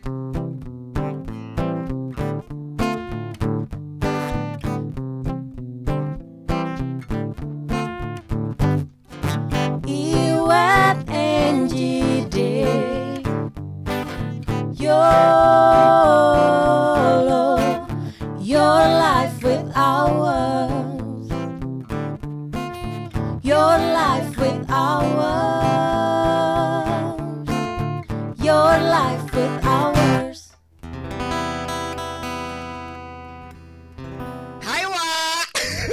Iwet NGD your life with ours, your life with ours, your life with ours. Hai Wak.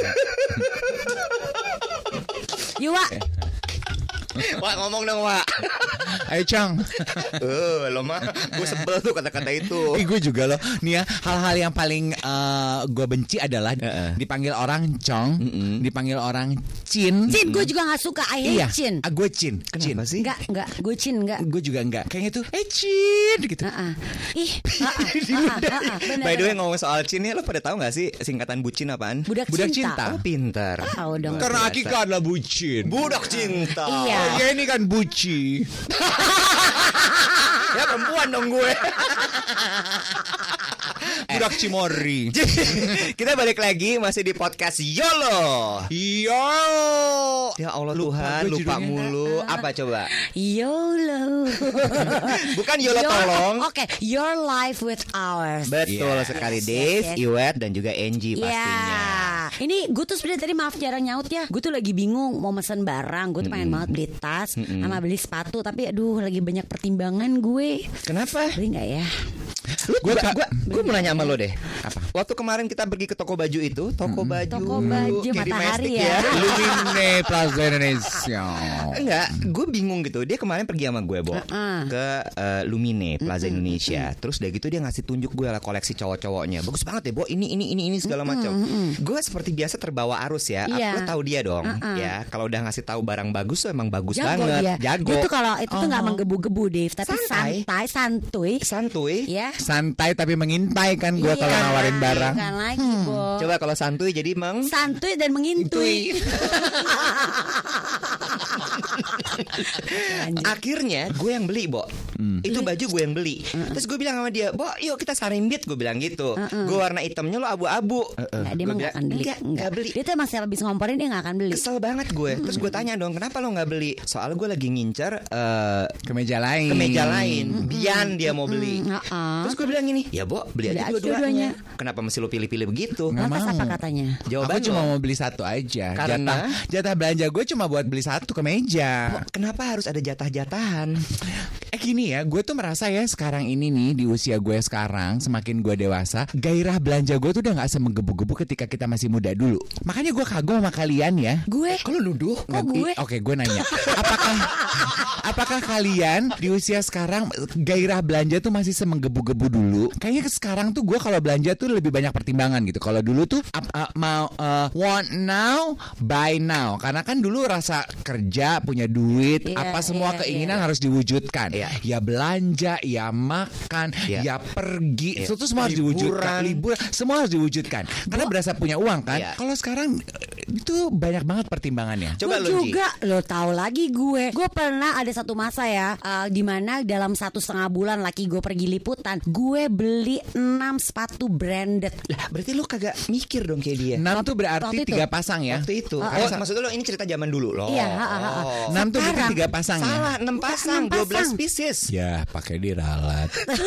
Yuwa, Wak ngomong dong Wak. Ayo Cang. Lo mah gue sebel tuh kata-kata itu. Gue juga loh. Nih ya, hal-hal yang paling gue benci adalah dipanggil orang Cong, dipanggil orang Cin. Cin gue juga gak suka. I hate Iya, Cin. gue Cin. Kenapa sih? Enggak, gue Cin, enggak. Gue juga enggak. Kayaknya tuh Cin gitu. Ih, bener. By the way ngomong soal Cin ya, lo pada tahu gak sih singkatan bucin apaan? Budak cinta. Oh pintar. Tahu dong. Karena Akika adalah bucin. Budak cinta. Iya. Oh, ya ini kan buci. Ya perempuan dong gue. Budak Cimori. Kita balik lagi masih di podcast YOLO. Yo. Ya Allah Lupa Tuhan, gue lupa judulnya. mulu. Apa coba? YOLO. Bukan YOLO tolong. Oke, your life with ours. Betul Yes. sekali Yes, Dave, yes. Iwet dan juga Angie Ya, pastinya. ini gue tuh sebenarnya tadi maaf jarang nyaut ya. Gue tuh lagi bingung mau mesen barang. Gue tuh pengen banget beli tas sama beli sepatu. Tapi aduh lagi banyak pertimbangan gue. Kenapa? Beli nggak ya? Gue mau nanya sama lo deh. Apa? Waktu kemarin kita pergi ke toko baju itu, toko baju Toko baju kayak di Matahari Majestic ya. Lumine Plaza Indonesia. Enggak, gue bingung gitu. Dia kemarin pergi sama gue, Bo, ke Lumine Plaza Indonesia. Terus udah gitu dia ngasih tunjuk gue lah koleksi cowok-cowoknya. Bagus banget ya, Bo. Ini segala macam. Gue seperti biasa terbawa arus ya. Iya. Lo tahu dia dong, ya. Kalau udah ngasih tahu barang bagus tuh emang bagus Jago banget. dia. Jago. Dia tuh kalau itu tuh nggak menggebu-gebu Dave, tapi Santai. santuy. Santuy. Ya. Santai tapi mengintai kan gue kalau Iya, nawarin barang. Bukan lagi, Bo. Coba kalau santuy jadi Santuy dan mengintui. Akhirnya gue yang beli, Bo. Itu baju gue yang beli. Terus gue bilang sama dia, Bo, yuk kita sarimbit. Gue bilang gitu. Gue warna hitamnya lo abu-abu. Nggak, dia Gua mah nggak akan beli. Enggak beli. Dia tuh emang siapa bisa ngomporin dia nggak akan beli. Kesel banget gue. Terus gue tanya dong, kenapa lo nggak beli? Soalnya gue lagi ngincer Kemeja lain. kemeja lain. Bian dia mau beli. Terus gue bilang gini, ya Bo, beli aja Beli aja dua-duanya. Kenapa mesti lo pilih-pilih begitu? Nggak Lantas mau. apa katanya? Jawaban Aku cuma lo, mau beli satu aja. Karena? Jatah belanja gue cuma buat beli satu kemeja. kenapa harus ada jatah-jatahan? Gini ya, gue tuh merasa ya sekarang ini nih di usia gue sekarang, semakin gue dewasa, gairah belanja gue tuh udah gak semenggebu-gebu ketika kita masih muda dulu. Makanya gue kagum sama kalian ya. Gue? Kalau nuduh? Kok gue? Oke, gue nanya, apakah kalian di usia sekarang gairah belanja tuh masih semenggebu-gebu dulu? Kayaknya sekarang tuh gue kalau belanja tuh lebih banyak pertimbangan gitu. Kalau dulu tuh mau want now, buy now. Karena kan dulu rasa kerja, punya duit, Iya, semua iya, keinginan iya. harus diwujudkan. Iya. Ya belanja, ya makan, Iya. ya pergi, Iya. itu semua harus diwujudkan. Liburan, semua harus diwujudkan. Karena berasa punya uang kan. Iya. Kalau sekarang itu banyak banget pertimbangannya. Coba Gue lo, Ji. juga lo tahu lagi gue pernah ada satu masa ya di mana dalam 1,5 bulan laki gue pergi liputan, gue beli 6 sepatu branded. Lah, berarti lo kagak mikir dong kayak dia. 6 tuh berarti waktu itu. 3 pasang ya. Waktu itu. Maksud lo ini cerita zaman dulu loh. Iya, 6 tuh berarti 3 pasang ya. Salah, 6 pasang, 6 pasang. 12 pieces. Ya pakai diralat.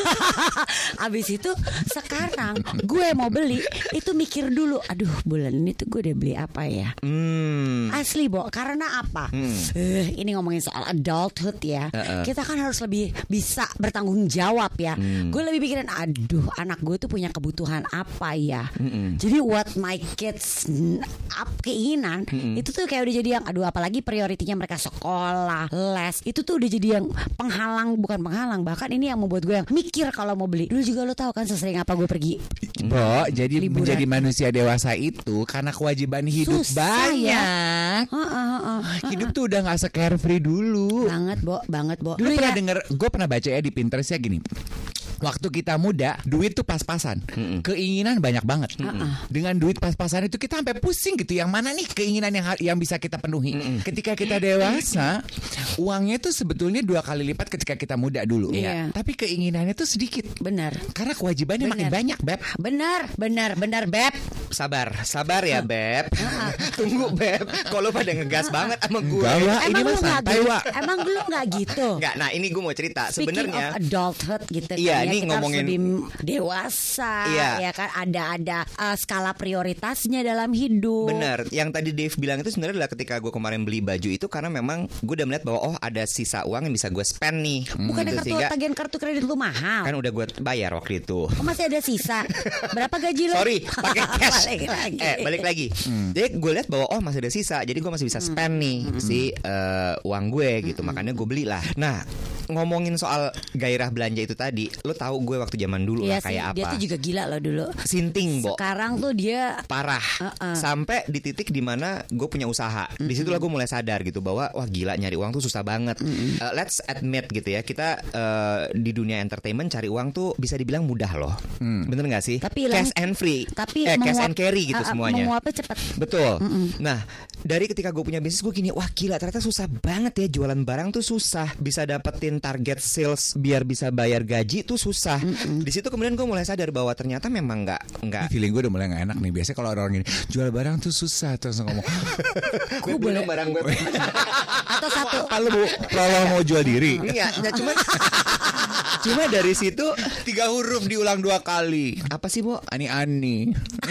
Abis itu sekarang gue mau beli itu mikir dulu, aduh bulan ini tuh gue udah beli apa ya. Asli Bo, karena apa? Ini ngomongin soal adulthood ya. Kita kan harus lebih bisa bertanggung jawab ya. Gue lebih pikirin, aduh anak gue tuh punya kebutuhan apa ya. Jadi what my kids keinginan itu tuh kayak udah jadi yang, aduh apalagi prioritinya mereka sekolah, les, itu tuh udah jadi yang bukan penghalang, bahkan ini yang membuat gue yang mikir kalau mau beli. Dulu juga lo tahu kan sesering apa gue pergi. Bo, jadi Liburan. menjadi manusia dewasa itu karena kewajiban hidup Susah banyak. Hidup tuh udah gak se-carefree dulu. Banget Bo. Dulu Dulu ya. gue pernah baca ya di Pinterest ya gini. Waktu kita muda, duit tuh pas-pasan. Keinginan banyak banget. Dengan duit pas-pasan itu kita sampai pusing gitu. Yang mana nih keinginan yang bisa kita penuhi. Ketika kita dewasa, uangnya tuh sebetulnya 2 kali lipat ketika kita muda dulu. Iya. Tapi keinginannya tuh sedikit. Benar. Karena kewajibannya makin banyak, Beb. Benar, Beb. Sabar ya Beb. Tunggu Beb. Kok lo pada ngegas banget sama gue? Enggak, Wak. Ini mah santai, Wak. Emang lu nggak gitu? Enggak, nah ini gue mau cerita. Speaking Sebenarnya of adulthood gitu iya, kan ya, ini kita ngomongin harus lebih dewasa, Iya. ya kan ada skala prioritasnya dalam hidup. bener, yang tadi Dave bilang itu sebenarnya adalah ketika gue kemarin beli baju itu karena memang gue udah melihat bahwa ada sisa uang yang bisa gue spend nih. Bukannya Gitu, sehingga tagihan kartu kredit lu mahal? kan udah gue bayar waktu itu. Oh, masih ada sisa. Berapa gaji lu? Sorry, pakai cash. Balik lagi. Balik lagi. Jadi gue lihat bahwa masih ada sisa, jadi gue masih bisa spend nih si uang gue gitu. Makanya gue belilah. Nah, ngomongin soal gairah belanja itu tadi, lo tahu gue waktu zaman dulu Iya lah kayak sih, apa? dia tuh juga gila loh dulu. Sinting, Bo. Sekarang tuh dia Parah. Sampai di titik dimana gue punya usaha. Disitulah gue mulai sadar gitu bahwa wah gila, nyari uang tuh susah banget. Let's admit gitu ya, kita di dunia entertainment cari uang tuh bisa dibilang mudah loh. Bener gak sih? Tapi cash and free. Tapi cash and carry gitu semuanya. menguapnya cepat. Betul. Nah, dari ketika gue punya bisnis gue gini, wah gila ternyata susah banget ya jualan barang tuh susah. Bisa dapetin target sales biar bisa bayar gaji tuh susah. Di situ kemudian gue mulai sadar bahwa ternyata memang nggak. Feeling gue udah mulai gak enak nih. Biasanya kalau orang gini jual barang tuh susah, terus ngomong Gue boleh barang gue. Atau satu. kalau mau jual diri. Enggak, cuma dari situ 3 huruf diulang 2 kali. apa sih, Bo? Ani-ani.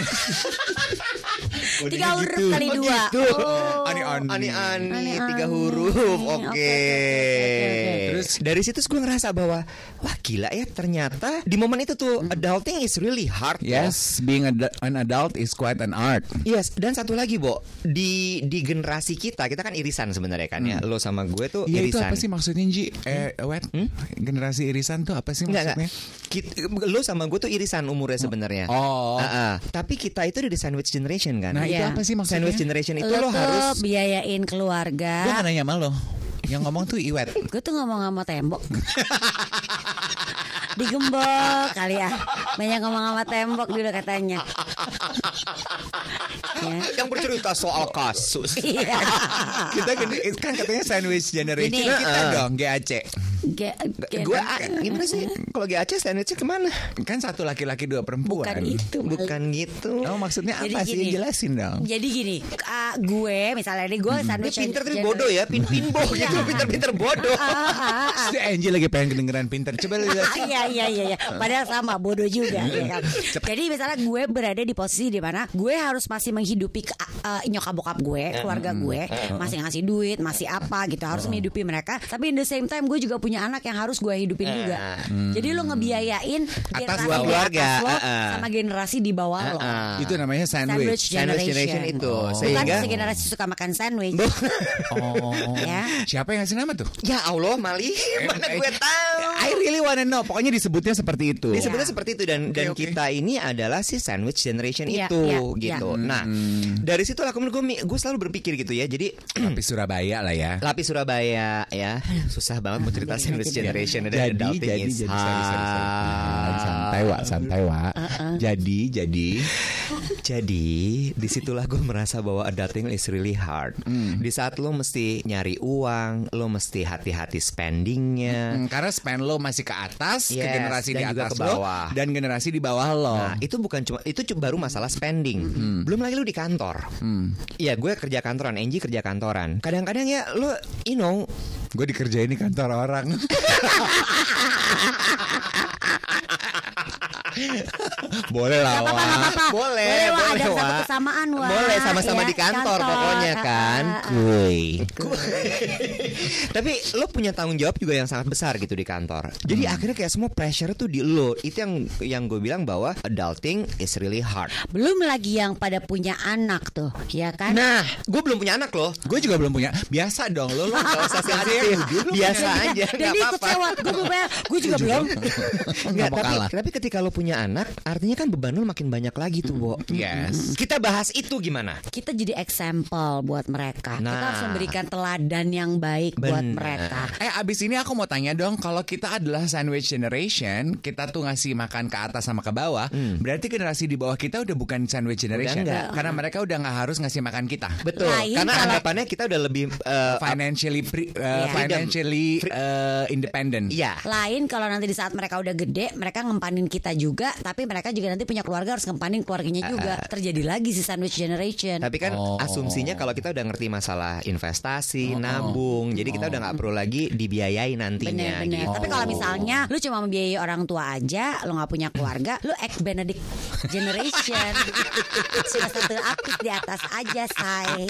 3 huruf kali 2. Gitu. Ani-ani. Ani-ani 3 huruf. Oke. Terus dari situ gue ngerasa bahwa wah gila ya, ternyata di momen itu tuh adulting is really hard. Yes, being an adult is quite an art. Yes, dan satu lagi, Bo, di generasi kita kan irisan sebenarnya kan ya. Lo sama gue tuh Iya, itu irisan. apa sih maksudnya, Ji? Wet, generasi irisan tuh apa sih maksudnya? Lo sama gue tuh irisan umurnya sebenarnya. Oh. Tapi kita itu udah di sandwich generation kan. Nah, itu Iya. apa sih maksudnya? Sandwich generation itu Lu lo tuh harus biayain Gue keluarga. gak nanya sama lo. Yang ngomong tuh Iwet. Gue tuh ngomong sama tembok. Digembok kali ya. Banyak ngomong sama tembok dulu katanya. Ya. yang bercerita soal kasus. Iya. Kita kan katanya sandwich generation. Ini. Kita dong GAC. Gue gimana sih? Kalau GAC sandwichnya kemana? Kan satu laki-laki 2 perempuan. Bukan itu. Bukan gitu. Oh, maksudnya Jadi apa sih? gini. Jelasin dong. Jadi gini, gue misalnya nih gue Dia sandwich. pinter tapi bodoh ya, pinboh gitu, pinter bodoh. Si Angie lagi pengen kedengeran pinter. Coba lu lihat. Iya. Padahal sama bodoh juga. Ya kan? Jadi misalnya gue berada di posisi di mana gue harus masih menghidupi nyokap bokap gue, keluarga gue, masih ngasih duit, masih apa gitu, harus menghidupi mereka. Tapi in the same time gue juga punya anak yang harus gue hidupin juga. Jadi lo ngebiayain generasi dua di keluarga, atas lo sama generasi di bawah lo. Itu namanya Sandwich sandwich. generation itu. Bukan Sehingga segenerasi suka makan sandwich. Oh. Ya. Siapa yang ngasih nama tuh? Ya Allah, Mali, mana gue tahu. I really wanna know. Pokoknya disebutnya seperti itu. Disebutnya seperti itu dan Oke. kita ini adalah si sandwich generation Iya, itu iya, gitu. Nah, dari situ lah kemudian gue selalu berpikir gitu ya. Jadi Lapis Surabaya lah ya. Lapis Surabaya ya, susah banget mau cerita sandwich generation dan adulting is hard. santai Wak. Jadi disitulah gue merasa bahwa adulting is really hard. Di saat lo mesti nyari uang, lo mesti hati-hati spendingnya. Karena spend lo masih ke atas, ke Yes, generasi di dan juga atas ke bawah. lo dan generasi di bawah lo. Nah, itu baru masalah spending. Belum lagi lu di kantor. Iya, gue kerja kantoran, Angie kerja kantoran. Kadang-kadang ya lu Gue dikerjain di kantor orang. Boleh lah, Gak apa-apa, Wak. gak apa-apa. Boleh, Wak, ada Wak. satu kesamaan, Wak. Boleh sama-sama Ya, di kantor pokoknya kan. Kuy. Tapi lo punya tanggung jawab juga yang sangat besar gitu di kantor. Jadi akhirnya kayak semua pressure tuh di lo. Itu yang gue bilang bahwa adulting is really hard. Belum lagi yang pada punya anak tuh, ya kan? Nah, gue belum punya anak loh. Gue juga belum punya. Biasa dong lo. Gak usah Ada yang sensitif. jujur, lo Biasa punya. aja, Dan gak dia ikut apa-apa. sewa. Gue belum punya. Gue juga belum. Nggak mau kalah. Tapi ketika lo punya punya anak, artinya kan beban lu makin banyak lagi tuh, Bo. Yes. Kita bahas itu gimana? Kita jadi example buat mereka. Kita Nah. harus memberikan teladan yang baik buat Bener. mereka. Abis ini aku mau tanya dong, kalau kita adalah sandwich generation, kita tuh ngasih makan ke atas sama ke bawah, berarti generasi di bawah kita udah bukan sandwich generation, enggak. karena mereka udah nggak harus ngasih makan kita. Betul. Lain Karena kalau- anggapannya kita udah lebih Financially independent. Iya. Lain kalau nanti di saat mereka udah gede, mereka ngempanin kita juga, tapi mereka juga nanti punya keluarga, harus ngempanin keluarganya juga. Terjadi lagi si sandwich generation. Tapi kan asumsinya kalau kita udah ngerti masalah investasi, nabung, jadi kita udah nggak perlu lagi dibiayai nantinya. Bener-bener. Gitu. Tapi kalau misalnya lu cuma membiayai orang tua aja, lu nggak punya keluarga, lu ex Benedict generation. Cuma satu apis di atas aja, say.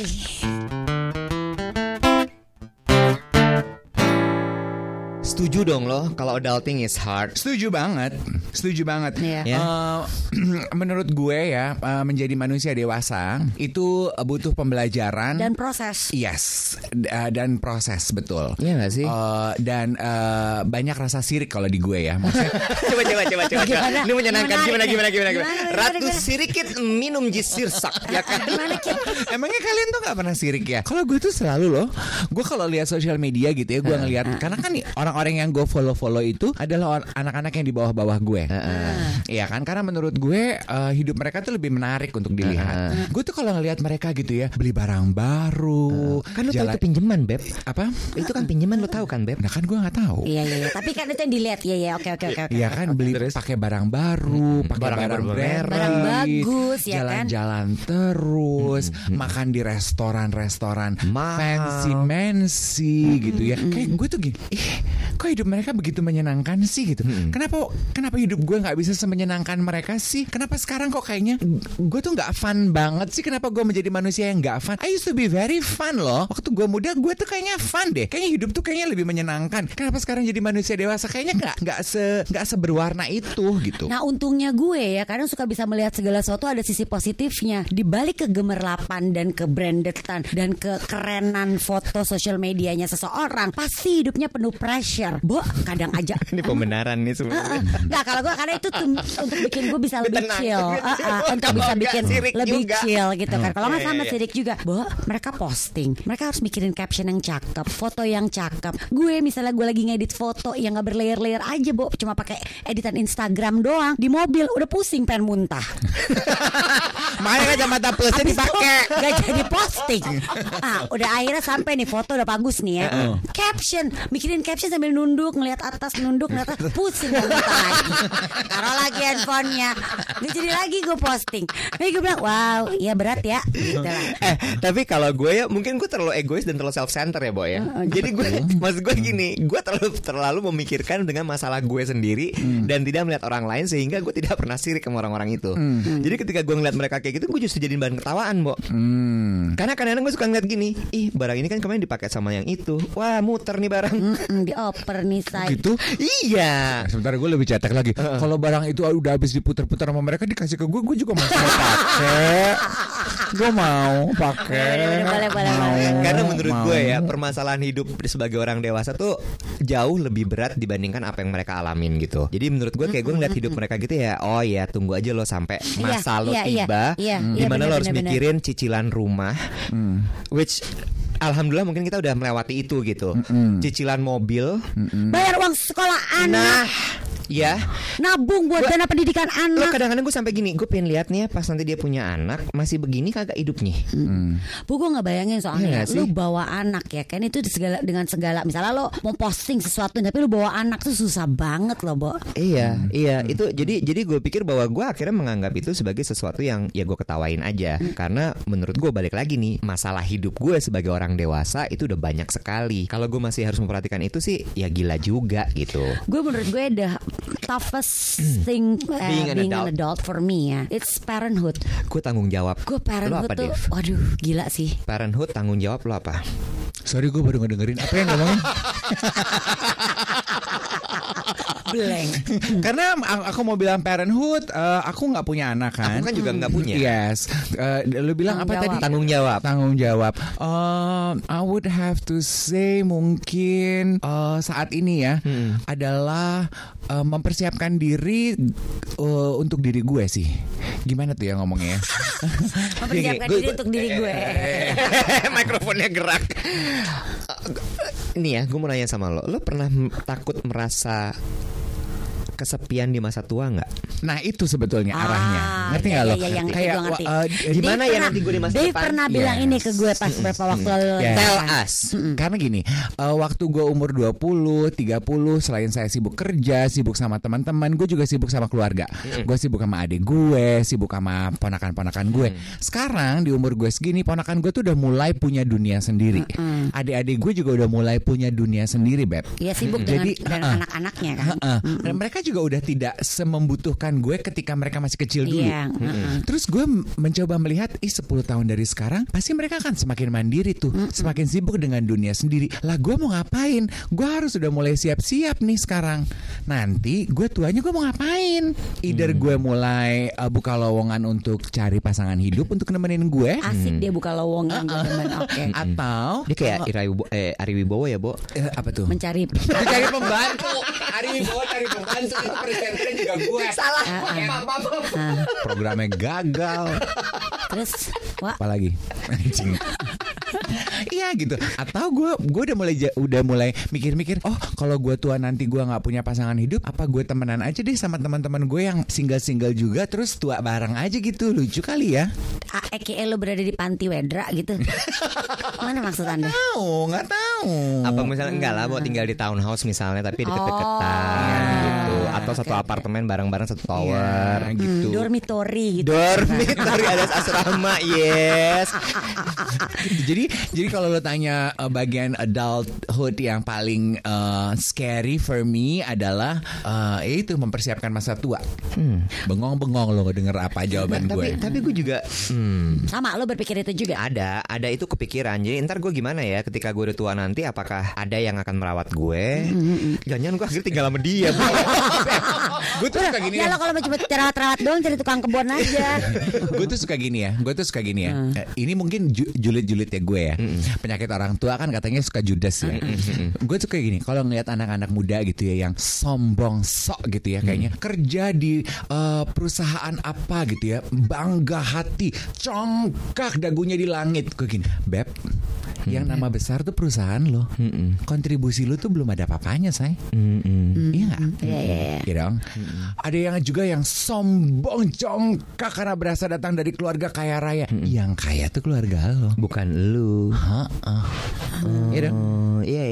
Setuju dong lo kalau adulting is hard. Setuju banget. Iya. Ya. Menurut gue ya, menjadi manusia dewasa itu butuh pembelajaran Dan proses. Yes, dan proses, betul. Iya nggak sih? Dan banyak rasa sirik kalau di gue ya. Maksudnya, Coba. Gimana? Ini menyenangkan. Gimana? Gimana? Ratu Gimana? Sirikit minum jus sirsak, ya kan? Gimana, Kit? emangnya kalian tuh nggak pernah sirik ya? Kalau gue tuh selalu loh. Gue kalau lihat sosial media gitu ya, gue ngelihat karena kan orang-orang yang gue follow itu adalah anak-anak yang di bawah-bawah gue. Iya kan? Karena menurut gue hidup mereka tuh lebih menarik untuk dilihat. Gue tuh kalau ngelihat mereka gitu ya, beli barang baru. Kan lu tahu itu pinjaman, Beb. Apa? Itu kan pinjaman, lu tahu kan, Beb? Nah kan gue nggak tahu. Iya. Tapi kan itu yang dilihat. Iya. Oke. Iya kan, beli pakai barang baru, pakai Barang yang barang bermerek. Barang bagus, ya kan? jalan-jalan terus, makan di restoran-restoran Mahal. fancy gitu ya. Kayak gue tuh gini, kok hidup mereka begitu menyenangkan sih gitu. Kenapa hidup gue nggak bisa semenyenangkan mereka sih? Kenapa sekarang kok kayaknya gue tuh nggak fun banget sih? Kenapa gue menjadi manusia yang nggak fun? I used to be very fun loh. Waktu gue muda gue tuh kayaknya fun deh. Kayaknya hidup tuh kayaknya lebih menyenangkan. Kenapa sekarang jadi manusia dewasa kayaknya nggak seberwarna itu gitu. Nah untungnya gue ya kadang suka bisa melihat segala sesuatu ada sisi positifnya. Di balik kegemerlapan dan kebrandedan dan kekerenan foto sosial medianya seseorang, pasti hidupnya penuh pressure. Bo, kadang aja Ini pembenaran nih sebenarnya. Nggak, kalau gue karena itu untuk bikin gue bisa lebih Tenang. chill, untuk Kalau bisa nggak bikin sirik lebih juga. chill gitu kan. Kalau nggak Iya, sama iya. sirik juga, Bo, mereka posting, mereka harus mikirin caption yang cakep, foto yang cakep. Gue misalnya gue lagi ngedit foto yang nggak berlayer-layer aja, Bo, cuma pakai editan Instagram doang di mobil udah pusing pengen muntah. Makanya kacamata plusnya Habis itu dipakai. gak jadi posting. Udah akhirnya sampai nih foto udah bagus nih ya. Caption, mikirin caption sambil nunduk ngelihat atas, pusing gak muntah lagi. Taruh lagi handphonenya. Gak jadi lagi gue posting. Tapi gue bilang, wow, ya berat ya. Gitu lah. Tapi kalau gue ya mungkin gue terlalu egois dan terlalu self center ya, Boy ya. Jadi gue maksud gue gini, gue terlalu memikirkan dengan masalah gue sendiri dan tidak melihat orang lain sehingga gue tidak pernah sirik sama orang-orang itu. Jadi ketika gue ngeliat mereka kayak gitu, gue justru jadiin bahan ketawaan, Bo. Karena kadang-kadang gue suka ngeliat gini, ih barang ini kan kemarin dipakai sama yang itu. Wah muter nih barang. Dioper nih say. Gitu. Iya. Sebentar gue lebih cetek lagi. Kalau barang itu udah habis diputar-putar sama mereka dikasih ke gue juga masih mau pakai. Gue mau pakai. Boleh. Karena menurut gue ya permasalahan hidup sebagai orang dewasa tuh jauh lebih berat dibandingkan apa yang mereka alamin gitu. Jadi menurut gue kayak gue ngeliat hidup mereka gitu ya, oh ya tunggu aja lo sampai masa lo tiba, dimana lo harus mikirin cicilan rumah, which alhamdulillah mungkin kita udah melewati itu gitu. Cicilan mobil, Bayar uang sekolah anak. ya. Nabung buat dana pendidikan Lo anak. kadang-kadang gue sampai gini, gue pengen lihat nih ya pas nanti dia punya anak masih begini kagak hidupnya. Bu, gue nggak bayangin Iya soalnya nggak sih? lu bawa anak ya kan itu dengan segala misalnya lo mau posting sesuatu tapi lu bawa anak tuh susah banget loh, Bo. Iya, itu jadi gue pikir bahwa gue akhirnya menganggap itu sebagai sesuatu yang ya gue ketawain aja. Karena menurut gue balik lagi nih, masalah hidup gue sebagai orang dewasa itu udah banyak sekali. Kalau gue masih harus memperhatikan itu sih ya gila juga gitu. Gue menurut gue the toughest thing Being an an adult for me ya, it's parenthood. Gue tanggung jawab. Gue Lo parenthood apa, tuh, Dev? waduh gila sih. Parenthood tanggung jawab lo apa? Sorry gue baru ngedengerin apa yang ngomongin. Blank. Karena aku mau bilang parenthood, aku nggak punya anak kan. Aku kan juga nggak punya. Yes. Lu bilang apa tadi? Tanggung jawab. Tanggung jawab. I would have to say mungkin saat ini ya adalah mempersiapkan diri untuk diri gue sih. Gimana tuh ya ngomongnya? Mempersiapkan diri untuk diri gue. Mikrofonnya gerak. Nih ya, gue mau nanya sama lo pernah takut merasa kesepian di masa tua nggak? Nah itu sebetulnya arahnya. Ngerti nggak lo? Kayak gimana ya nanti gue di masa Dave depan? pernah bilang ini ke gue pas beberapa waktu lalu. Tell us. Karena gini, waktu gue umur 20, 30, selain saya sibuk kerja, sibuk sama teman-teman, gue juga sibuk sama keluarga. Gue sibuk sama adik gue, sibuk sama ponakan-ponakan gue. Sekarang di umur gue segini, ponakan gue tuh udah mulai punya dunia sendiri. Adik-adik gue juga udah mulai punya dunia sendiri, Beb. Iya, sibuk dengan anak-anaknya kan. Dan mereka juga udah tidak semembutuhkan gue ketika mereka masih kecil dulu. Terus gue mencoba melihat 10 tahun dari sekarang pasti mereka akan semakin mandiri tuh, semakin sibuk dengan dunia sendiri. Lah gue mau ngapain? Gue harus udah mulai siap-siap nih sekarang. Nanti gue tuanya gue mau ngapain? Either gue mulai buka lowongan untuk cari pasangan hidup untuk nemenin gue. Asik dia buka lowongan. Oke. Atau dia kayak Ari Wibowo ya, Bo? apa tuh? Mencari pembantu. Ari Wibowo cari pembantu. Itu presenternya juga gue. Salah. Programnya gagal. Terus Apa lagi? Iya gitu. Atau gue udah mulai mikir-mikir, oh kalau gue tua nanti gue nggak punya pasangan hidup, apa gue temenan aja deh sama teman-teman gue yang single juga, terus tua bareng aja gitu. Lucu kali ya. lo berada di panti wedra gitu. Mana maksud Anda? Nggak tahu. Apa misalnya enggak lah, mau tinggal di townhouse misalnya tapi deket-deketan gitu, atau satu apartemen bareng-bareng satu tower gitu. Dormitory gitu. Dormitory alias asrama, yes. Jadi kalau lo tanya bagian adulthood yang paling scary for me adalah itu mempersiapkan masa tua. Bengong-bengong lo denger apa jawaban gue. Tapi gue juga sama, lo berpikir itu juga? Ada itu kepikiran. Jadi ntar gue gimana ya ketika gue udah tua nanti, apakah ada yang akan merawat gue? Jangan-jangan gue akhirnya tinggal sama dia. Gue tuh suka gini ya. Lo kalau mau cuma terawat doang cari tukang kebun aja. Gue tuh suka gini ya. Ini mungkin julid-julid ya gue ya. Penyakit orang tua kan katanya suka judes ya. Gue tuh kayak gini, kalau ngeliat anak-anak muda gitu ya yang sombong sok gitu ya, kayaknya kerja di perusahaan apa gitu ya, bangga hati, congkak dagunya di langit. Gue gini, Beb, yang nama besar tuh perusahaan lo. Kontribusi lo tuh belum ada apa-apanya, say. Iya nggak? Iya dong. Ada yang juga yang sombong congkak karena berasa datang dari keluarga kaya raya. Yang kaya tuh keluarga lo, bukan lu. Iya dong. Iya.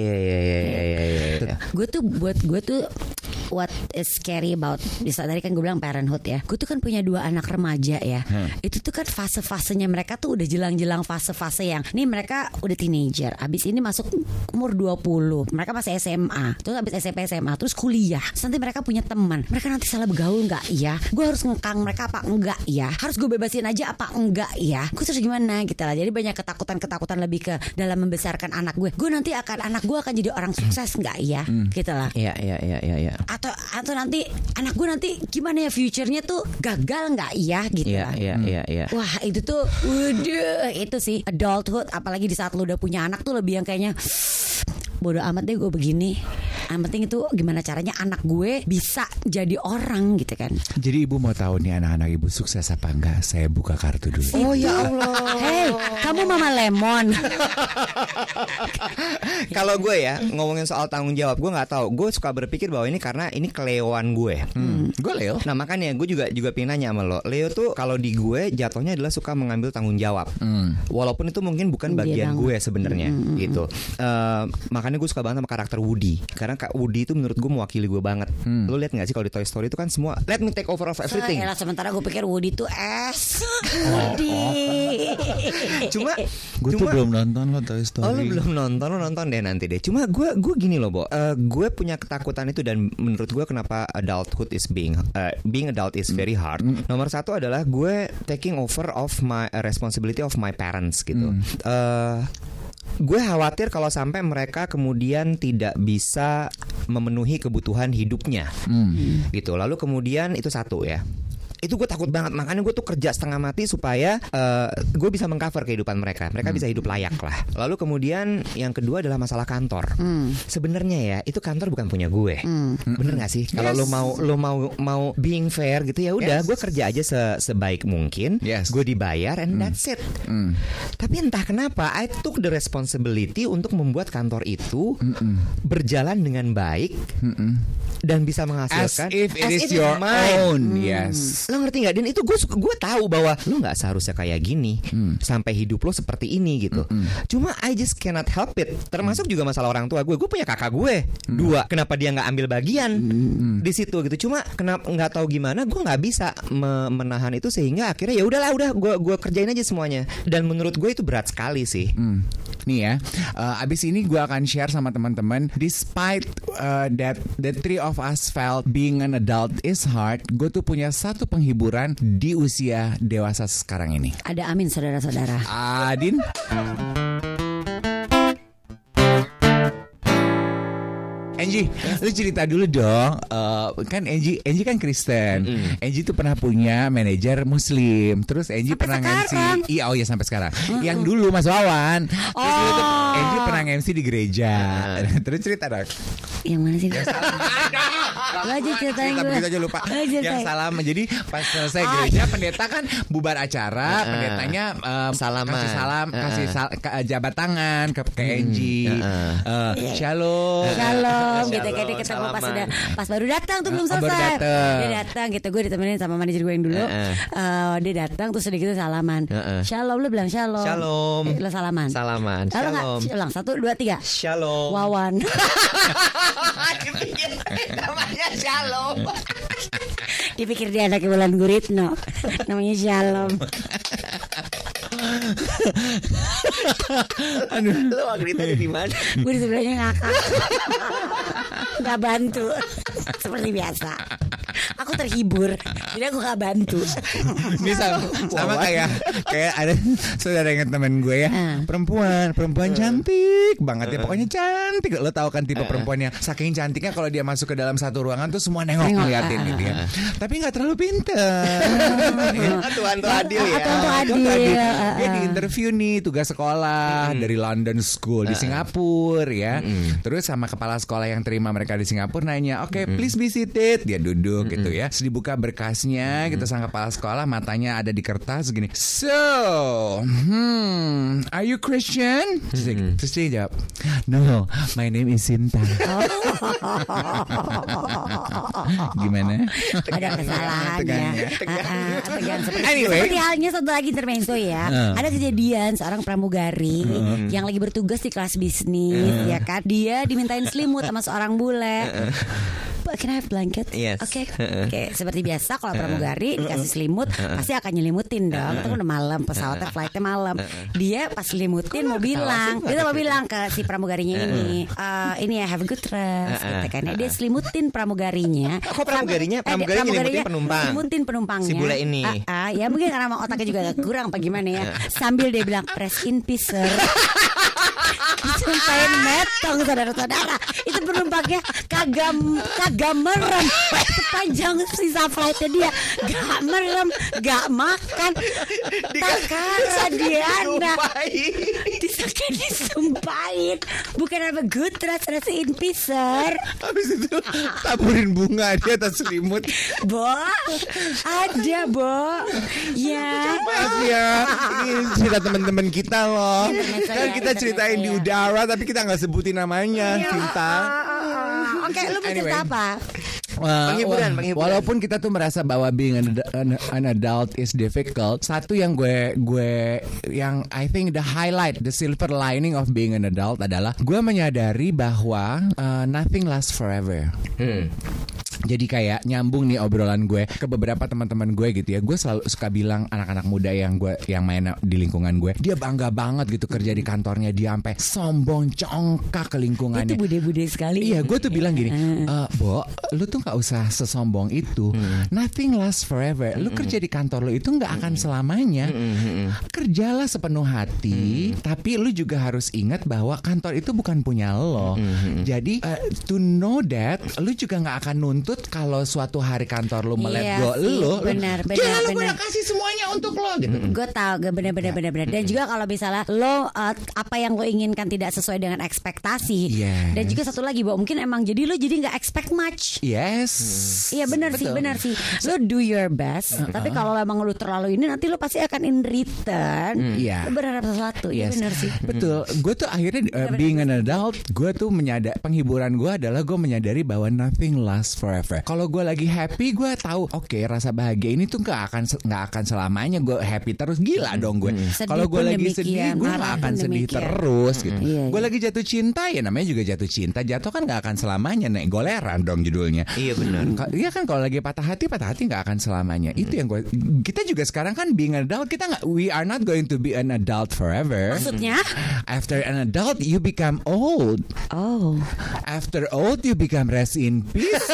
Gue tuh what is scary about, bisa tadi kan gue bilang parenthood ya. Gue tuh kan punya 2 anak remaja ya. Itu tuh kan fase-fasenya mereka tuh udah jelang-jelang fase-fase yang nih mereka udah teenager, abis ini masuk umur 20, mereka masih SMA, terus abis SMP SMA, terus kuliah. Terus nanti mereka punya teman, mereka nanti salah bergaul nggak ya? Gue harus ngekang mereka apa enggak ya? Harus gue bebasin aja apa enggak ya? Gue terus gimana gitu lah. Jadi banyak ketakutan lebih ke dalam membesarkan anak gue. Gue nanti anak gue akan jadi orang sukses nggak ya? Gitu lah. Iya. Atau nanti anak gue nanti gimana ya, future-nya tuh gagal nggak ya gitu lah. Iya. Wah itu tuh udah, itu sih adulthood. Apalagi di saat lu udah punya anak tuh lebih yang kayaknya bodo amat deh gue begini. Yang penting itu gimana caranya anak gue bisa jadi orang gitu kan. Jadi ibu mau tahu nih anak-anak ibu sukses apa enggak? Saya buka kartu dulu. Oh ya Allah. Hei, kamu Mama Lemon. Kalau gue ya ngomongin soal tanggung jawab, gue nggak tahu. Gue suka berpikir bahwa ini karena ini keleoan gue. Gue Leo. Nah makanya gue juga pengen nanya sama lo. Leo tuh kalau di gue jatuhnya adalah suka mengambil tanggung jawab. Walaupun itu mungkin bukan bagian gue sebenarnya gitu. Makanya gue suka banget sama karakter Woody. Karena Kak Woody itu menurut gue mewakili gue banget. Lo lihat nggak sih kalau di Toy Story itu kan semua let me take over of everything. Sementara gue pikir Woody tuh Woody. Cuma gue tuh belum nonton lo Toy Story. Oh lo belum nonton, lo nonton deh nanti deh. Cuma gue gini loh, Bo. Gue punya ketakutan itu, dan menurut gue kenapa adulthood is being adult is very hard. Nomor 1 adalah gue taking over of my responsibility of my parents gitu. Gue khawatir kalau sampai mereka kemudian tidak bisa memenuhi kebutuhan hidupnya. Gitu. Lalu kemudian itu satu ya. Itu gue takut banget, makanya gue tuh kerja setengah mati supaya gue bisa mengcover kehidupan mereka bisa hidup layak lah. Lalu kemudian yang kedua adalah masalah kantor. Sebenarnya ya itu kantor bukan punya gue, bener nggak sih? Kalau lo mau being fair gitu ya udah, gue kerja aja sebaik mungkin, gue dibayar and that's it. Tapi entah kenapa I took the responsibility untuk membuat kantor itu berjalan dengan baik dan bisa menghasilkan as if it is your own. Yes. Lo ngerti nggak? Dan itu gue tahu bahwa lo nggak seharusnya kayak gini sampai hidup lo seperti ini gitu. Cuma I just cannot help it. Termasuk juga masalah orang tua gue. Gue punya kakak gue 2. Kenapa dia nggak ambil bagian di situ gitu? Cuma kenapa nggak tahu gimana? Gue nggak bisa menahan itu sehingga akhirnya ya udahlah, gue kerjain aja semuanya. Dan menurut gue itu berat sekali sih. Nih ya, abis ini gue akan share sama teman-teman. Despite that the three of us felt being an adult is hard, gue tuh punya satu penghiburan di usia dewasa sekarang ini. Ada amin saudara-saudara. Adin. Angie, lu cerita dulu dong. Kan Angie kan Kristen. Angie tuh pernah punya manajer Muslim. Terus Angie sampai pernah sekarang. MC. Iya, oh ya sampai sekarang. Yang dulu Mas Wawan. Terus dulu tuh Angie pernah MC di gereja. Terus cerita dong. Yang mana sih? Lo aja ceritain gue. Begitu aja lupa. Yang salam. Jadi pas selesai gereja, pendeta kan bubar acara. Pendetanya kasih salam, jabat tangan ke Angie. Shalom. Shalom gitu kayak dia ketemu pas baru datang tuh belum selesai. Dia datang gitu, gue ditemenin sama manajer gue yang dulu. Dia datang terus sedikit salaman. Shalom, lu bilang shalom. Shalom. Lo salaman. Salaman. Shalom. Ulang 1, 2, 3. Shalom. Wawan. Namanya Shalom. Dipikir dia anak Wulan Guritno. Namanya Shalom. Aduh, lo waktu itu di mana? Gue di sebelahnya ngakak. Gak bantu. Seperti biasa. Aku terhibur. Jadi aku gak bantu. Ini sama kayak ada saudara yang temen gue ya, perempuan cantik banget ya, pokoknya cantik. Lo tahu kan tipe perempuannya, saking cantiknya kalau dia masuk ke dalam satu ruangan tuh semua nengok ngeliatin gitu ya. Tapi nggak terlalu pinter. Tuhan tuh adil ya. Dia di interview nih tugas sekolah dari London School di Singapura ya. Terus sama kepala sekolah yang terima mereka di Singapura nanya, oke, please be seated. Dia duduk gitu ya. Terus dibuka berkasnya, gitu sang kepala sekolah, matanya ada di kertas gini. So, are you Christian? Terus dia jawab, no, my name is Sinta. Gimana? Ada kesalahannya. Tegang. Anyway. Seperti halnya satu lagi intermezzo ya. Ada kejadian seorang pramugari yang lagi bertugas di kelas bisnis, ya kan? Dia dimintain selimut sama seorang bule. Can I have blanket? Yes. Oke. Seperti biasa kalau pramugari dikasih selimut pasti akan nyelimutin dong. Itu udah malam, pesawatnya flightnya malam. Dia pas selimutin mau bilang ke si pramugarinya ini ya have a good rest. Gitu kan. Dia selimutin pramugarinya. Kok pramugarinya selimutin penumpangnya. Si bule ini. Ya mungkin karena otaknya juga agak kurang apa gimana ya. Sambil dia bilang rest in peace sir. Disumpahin metong saudara-saudara. Itu penumpangnya kagak merem sepanjang sisa flightnya dia. Gak merem, gak makan. Takara Diana disumpahin. Bukan apa good rest in peace sir. Habis itu taburin bunga di atas selimut. Bo, ada Bo. Ya. Maaf ya, ini cerita teman-teman kita loh. Kan kita ceritain di udara tapi kita nggak sebutin namanya, Cinta. Oke, lu mau cerita apa? Penghiburan. Walaupun kita tuh merasa bahwa being an adult is difficult, satu yang yang I think the highlight, the silver lining of being an adult adalah gue menyadari bahwa nothing lasts forever. Jadi kayak nyambung nih obrolan gue ke beberapa teman-teman gue gitu ya. Gue selalu suka bilang anak-anak muda yang main di lingkungan gue, dia bangga banget gitu kerja di kantornya, dia sampai sombong congkak ke lingkungannya. Itu bude-bude sekali. Iya, gue tuh bilang gini, Bo, lu tuh nggak usah sesombong itu. Nothing lasts forever. Lu kerja di kantor lu itu nggak akan selamanya. Kerjalah sepenuh hati, tapi lu juga harus ingat bahwa kantor itu bukan punya lo. Jadi to know that, lu juga nggak akan nuntut kalau suatu hari kantor lu let go lu. Benar. Jangan lu udah kasih semuanya untuk lo gitu. Gue tahu, benar. Dan juga kalau misalnya lo apa yang lo inginkan tidak sesuai dengan ekspektasi. Yes. Dan juga satu lagi, Bo, mungkin emang jadi lo jadi nggak expect much. Yes. Iya benar sih. Lo do your best. Tapi kalau emang lo terlalu ini, nanti lo pasti akan in return. Iya. Lo berharap sesuatu. Iya benar sih. Betul. Gue tuh akhirnya being an adult, gue tuh penghiburan gue adalah gue menyadari bahwa nothing lasts forever. Kalau gue lagi happy, gue tahu oke, rasa bahagia ini tuh nggak akan selamanya gue happy terus, gila dong gue. Kalau gue lagi sedih, gue nggak akan sedih terus gitu. Gue lagi jatuh cinta, ya namanya juga jatuh cinta. Jatuh kan nggak akan selamanya, nek goleran dong judulnya. Iya benar. Iya kan, kalau lagi patah hati nggak akan selamanya. Itu yang kita juga sekarang kan being an adult, we are not going to be an adult forever. Maksudnya? After an adult, you become old. Oh. After old, you become rest in peace.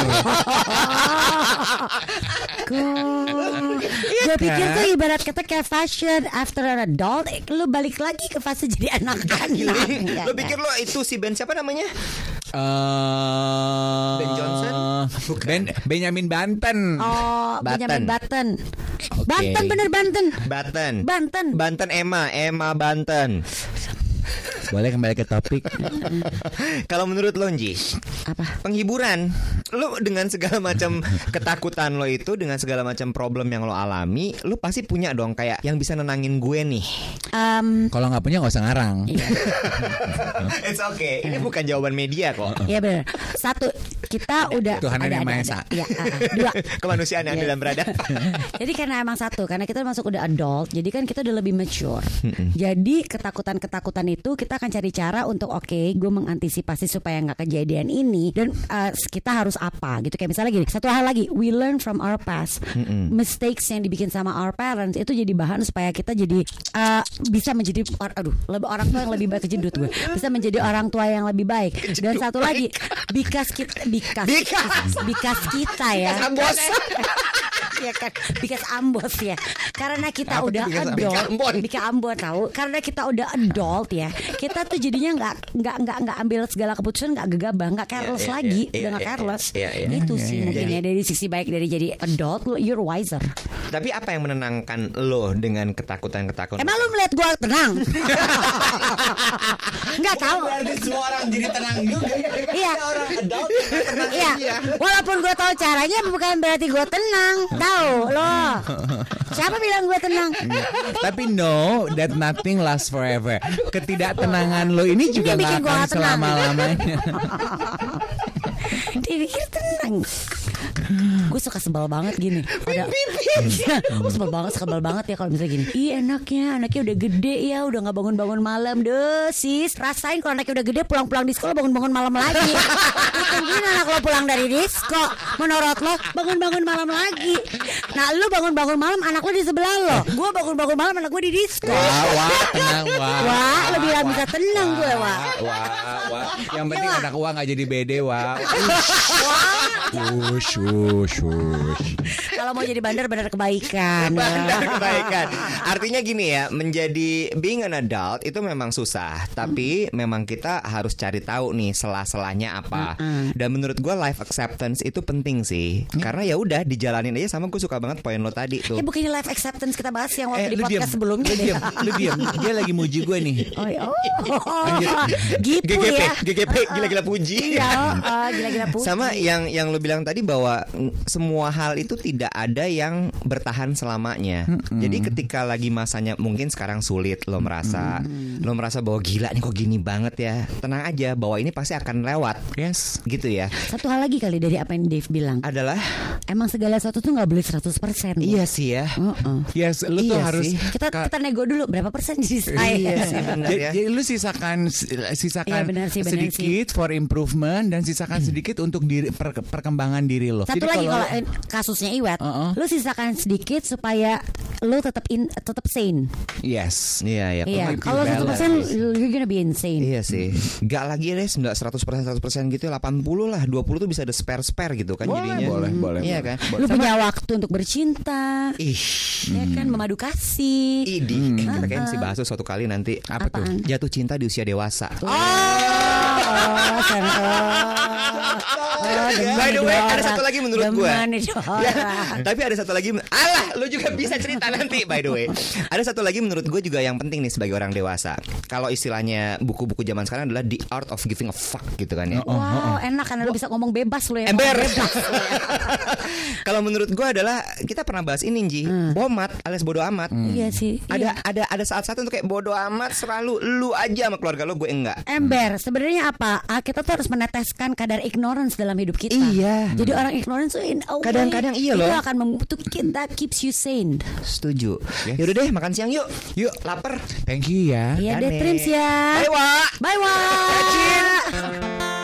Gue pikir tuh ibarat kata kayak fashion. After an adult, lu balik lagi ke fase jadi anak-anak. Lo pikir lo itu si band siapa namanya? Ben Johnson? Benjamin Button. Oh, Benjamin Button. Okay. Banten, bener Banten. Banten Emma Banten. Boleh kembali ke topik. Kalau menurut lo, Nji, apa? Penghiburan, lo dengan segala macam ketakutan lo itu, dengan segala macam problem yang lo alami, lo pasti punya dong kayak yang bisa nenangin gue nih. Kalau nggak punya nggak usah ngarang. It's okay. Ini bukan jawaban media kok. Iya benar. Satu, kita udah Tuhan ada yang Maha Esa. Iya. Dua, kemanusiaan yang adil dan beradab. Jadi karena kita masuk udah adult, jadi kan kita udah lebih mature. Jadi ketakutan itu kita akan cari cara untuk gue mengantisipasi supaya nggak kejadian ini, dan kita harus apa gitu. Kayak misalnya gini, satu hal lagi, we learn from our past. Mistakes yang dibikin sama our parents itu jadi bahan supaya kita jadi bisa menjadi orang tua yang lebih baik. Kejedut gue, bisa menjadi orang tua yang lebih baik. Dan satu lagi, because kita ya. Ya kan, because Ambos ya. Karena kita udah adult, Bika Ambon tahu. Karena kita udah adult ya, kita tuh jadinya nggak ambil segala keputusan, nggak gegabah, nggak careless lagi, udah nggak careless. Itu sih mungkin ya dari sisi baik dari jadi adult, you're wiser. Tapi apa yang menenangkan lo dengan ketakutan-ketakutan? Emang lo melihat gue tenang? Nggak tahu. Berarti semua orang jadi tenang juga. Iya. Orang adult tenang. Iya. Walaupun gue tahu caranya, bukan berarti gue tenang. Tahu lo? Siapa bilang gue tenang? Tapi no, that nothing lasts forever. Ketidaktenangan lo ini juga nggak akan selama-lamanya. Dipikir tenang. Gue suka sebel banget gini. Gue sebel banget ya kalau misalnya gini. Ih anaknya udah gede ya, udah nggak bangun malam. Deh sis, rasain kalau anaknya udah gede pulang di sekolah bangun malam lagi. Tungguin anak lo pulang dari disco, menurut lo bangun malam lagi. Nah lo bangun malam, anak lo di sebelah lo. Gue bangun malam, anak gue di disco. Tenang, wah, lo bilang bisa tenang gue, wah. Yang penting anak gua nggak jadi bede, wah. Kalau mau jadi bandar kebaikan. Artinya gini ya, menjadi being an adult itu memang susah, tapi memang kita harus cari tahu nih selah-selahnya apa. Dan menurut gue life acceptance itu penting sih, karena ya udah dijalanin aja. Sama gue suka banget poin lo tadi tuh. Bukannya life acceptance kita bahas yang waktu di podcast sebelumnya. Lu diam. Dia lagi muji gue nih. Gitu ya. GGP gila-gila puji. Iya, gila-gila puji. Sama yang lu bilang tadi bahwa semua hal itu tidak nggak ada yang bertahan selamanya. Jadi ketika lagi masanya mungkin sekarang sulit, lo merasa bahwa gila nih kok gini banget ya. Tenang aja bahwa ini pasti akan lewat. Yes. Gitu ya. Satu hal lagi kali dari apa yang Dave bilang. Adalah emang segala sesuatu tuh nggak boleh 100%. iya sih ya. Yes, lu tuh Iya harus sih. Kita nego dulu berapa persen di saya. Iya sih benar ya. Jadi lu sisakan Iya, benar sih, benar sedikit for improvement dan sisakan sedikit untuk perkembangan diri lo. Satu Jadi lagi kalau kasusnya Iwet, lu sisakan sedikit supaya lu tetap sane. Yes. Iya ya. Iya, kalau balance. 100% you're gonna be insane. Iya sih. Gak lagi deh 100% gitu ya, 80 lah, 20 tuh bisa ada spare gitu kan jadinya. Boleh. Iya kan? Lu punya waktu untuk bercinta. Ih. Ya kan, memadu kasih. Idi. Kita kayaknya mesti bahas suatu kali nanti. Apa tuh? Apaan? Jatuh cinta di usia dewasa. By the way, ada satu lagi menurut gue. Tapi ada satu lagi. Alah, lu juga bisa cerita nanti. By the way, ada satu lagi menurut gue juga yang penting nih sebagai orang dewasa. Kalau istilahnya buku-buku zaman sekarang adalah The Art of Giving a Fuck gitu kan ya. Wow, enak kan lu bisa ngomong bebas lu ya. Ember. Kalau menurut gue adalah kita pernah bahas ini Ji, bomat alias bodo amat. Iya sih. Ada saat-saat untuk kayak bodo amat selalu lu aja sama keluarga lu, gue enggak. Ember, sebenarnya apa? Kita tuh harus meneteskan kadar ignorance dalam hidup kita. Iya. Jadi orang ignorance tuh in a way, Kadang-kadang iya loh. itu akan membutuhkan that keeps you sane. Setuju. Yes. Yaudah deh, makan siang yuk. Yuk, lapar. Thank you ya. Iya deh, Aneh. Trims ya. Bye, Wak. Bye, Wak.